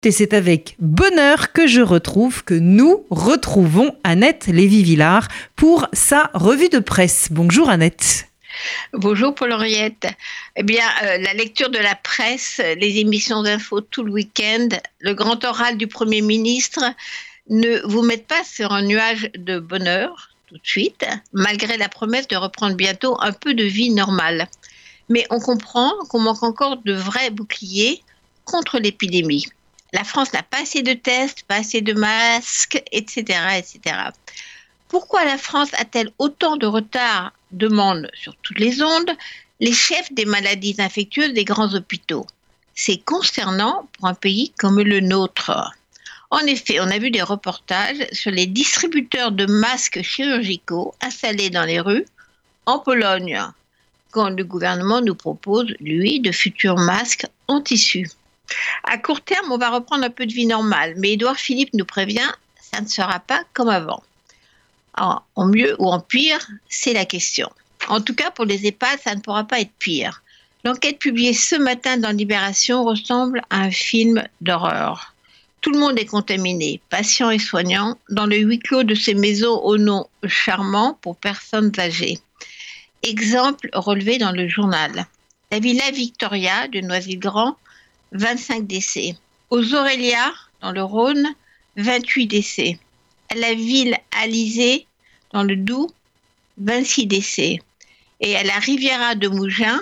Et c'est avec bonheur que nous retrouvons Annette Lévy-Villard pour sa revue de presse. Bonjour Annette. Bonjour Paul-Henriette. Eh bien, la lecture de la presse, les émissions d'infos tout le week-end, le grand oral du Premier ministre ne vous mettent pas sur un nuage de bonheur tout de suite, malgré la promesse de reprendre bientôt un peu de vie normale. Mais on comprend qu'on manque encore de vrais boucliers contre l'épidémie. La France n'a pas assez de tests, pas assez de masques, etc., etc. Pourquoi la France a-t-elle autant de retard ? Demandent sur toutes les ondes les chefs des maladies infectieuses des grands hôpitaux. C'est consternant pour un pays comme le nôtre. En effet, on a vu des reportages sur les distributeurs de masques chirurgicaux installés dans les rues en Pologne, quand le gouvernement nous propose, lui, de futurs masques en tissu. À court terme, on va reprendre un peu de vie normale, mais Édouard Philippe nous prévient, ça ne sera pas comme avant. Alors, en mieux ou en pire, c'est la question. En tout cas, pour les EHPAD, ça ne pourra pas être pire. L'enquête publiée ce matin dans Libération ressemble à un film d'horreur. Tout le monde est contaminé, patients et soignants, dans le huis clos de ces maisons au nom charmant pour personnes âgées. Exemple relevé dans le journal. La Villa Victoria de Noisy-le-Grand, 25 décès. Aux Aurélias, dans le Rhône, 28 décès. À la ville Alizé, dans le Doubs, 26 décès. Et à la Riviera de Mougins,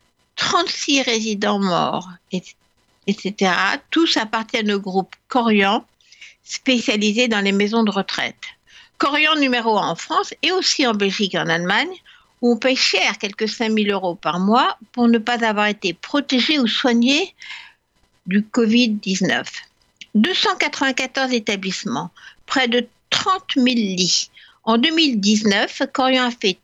36 résidents morts, etc. Tous appartiennent au groupe Korian, spécialisé dans les maisons de retraite. Korian numéro 1 en France et aussi en Belgique et en Allemagne, où on paye cher, quelques 5 000 € par mois, pour ne pas avoir été protégé ou soigné du Covid-19. 294 établissements, près de 30 000 lits. En 2019, Korian a fait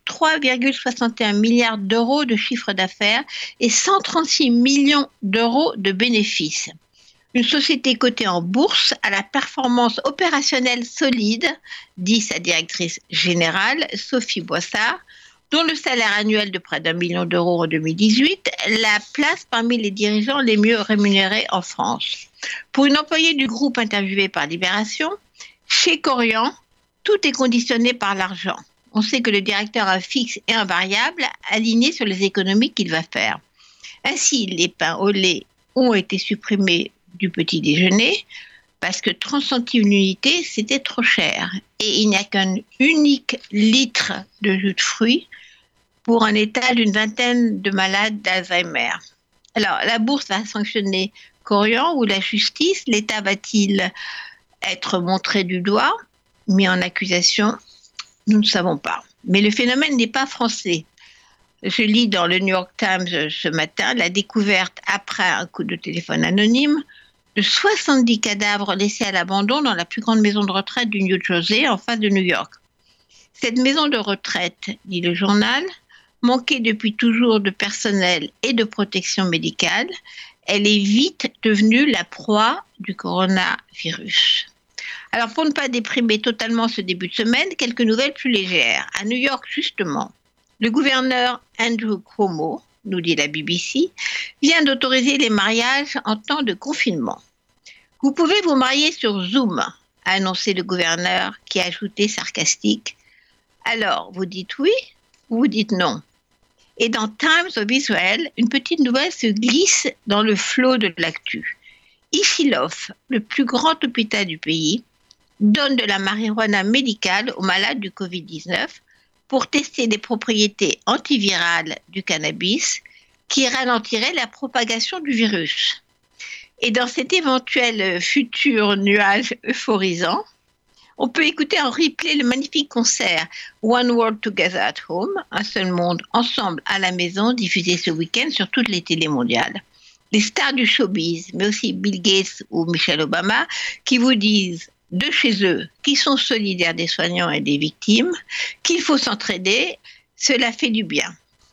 3,61 milliards d'euros de chiffre d'affaires et 136 millions d'euros de bénéfices. Une société cotée en bourse à la performance opérationnelle solide, dit sa directrice générale, Sophie Boissard, dont le salaire annuel de près d'1 million d'euros en 2018 la place parmi les dirigeants les mieux rémunérés en France. Pour une employée du groupe interviewée par Libération, chez Korian, tout est conditionné par l'argent. On sait que le directeur a un fixe et un variable aligné sur les économies qu'il va faire. Ainsi, les pains au lait ont été supprimés du petit déjeuner parce que 30 centimes l'unité, c'était trop cher. Et il n'y a qu'un unique litre de jus de fruits pour un état d'une vingtaine de malades d'Alzheimer. Alors, la bourse va sanctionner Korian ou la justice? L'État va-t-il être montré du doigt, mis en accusation? Nous ne savons pas. Mais le phénomène n'est pas français. Je lis dans le New York Times ce matin la découverte, après un coup de téléphone anonyme, de 70 cadavres laissés à l'abandon dans la plus grande maison de retraite du New Jersey, en face de New York. Cette maison de retraite, dit le journal, manquait depuis toujours de personnel et de protection médicale. Elle est vite devenue la proie du coronavirus. Alors, pour ne pas déprimer totalement ce début de semaine, quelques nouvelles plus légères. À New York, justement, le gouverneur Andrew Cuomo, nous dit la BBC, vient d'autoriser les mariages en temps de confinement. Vous pouvez vous marier sur Zoom, a annoncé le gouverneur, qui a ajouté sarcastique. Alors, vous dites oui ou vous dites non? Et dans Times of Israel, une petite nouvelle se glisse dans le flot de l'actu. Ichilov, le plus grand hôpital du pays, donne de la marijuana médicale aux malades du Covid-19 pour tester les propriétés antivirales du cannabis qui ralentiraient la propagation du virus. Et dans cet éventuel futur nuage euphorisant, on peut écouter en replay le magnifique concert One World Together at Home, un seul monde ensemble à la maison, diffusé ce week-end sur toutes les télés mondiales. Les stars du showbiz, mais aussi Bill Gates ou Michelle Obama, qui vous disent de chez eux qu'ils sont solidaires des soignants et des victimes, qu'il faut s'entraider, cela fait du bien.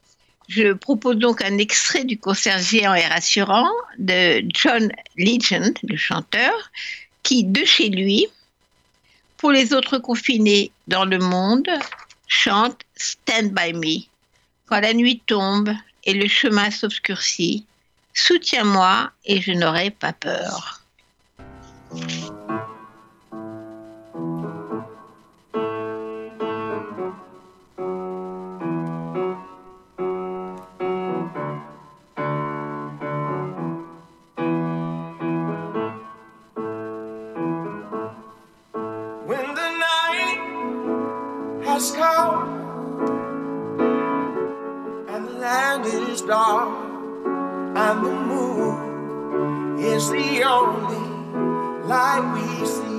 Je propose donc un extrait du concert géant et rassurant de John Legend, le chanteur, qui, de chez lui, pour les autres confinés dans le monde, chante « Stand by me ». Quand la nuit tombe et le chemin s'obscurcit, soutiens-moi et je n'aurai pas peur. is cold and the land is dark and the moon is the only light we see.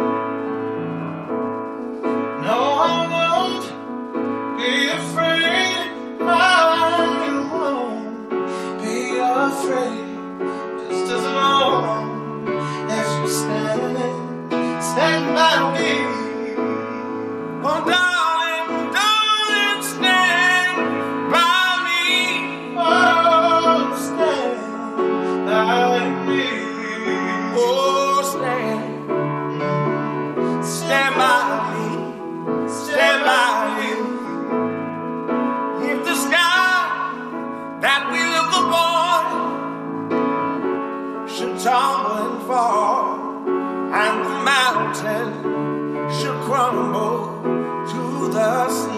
No, I won't be afraid. I won't be afraid. Just as long as you stand by me. Oh, darling, darling, stand by me. Oh, stand by me. Oh, stand by me. Stand by me. If the sky that we live upon should tumble and fall, and the mountain should crumble to the sea,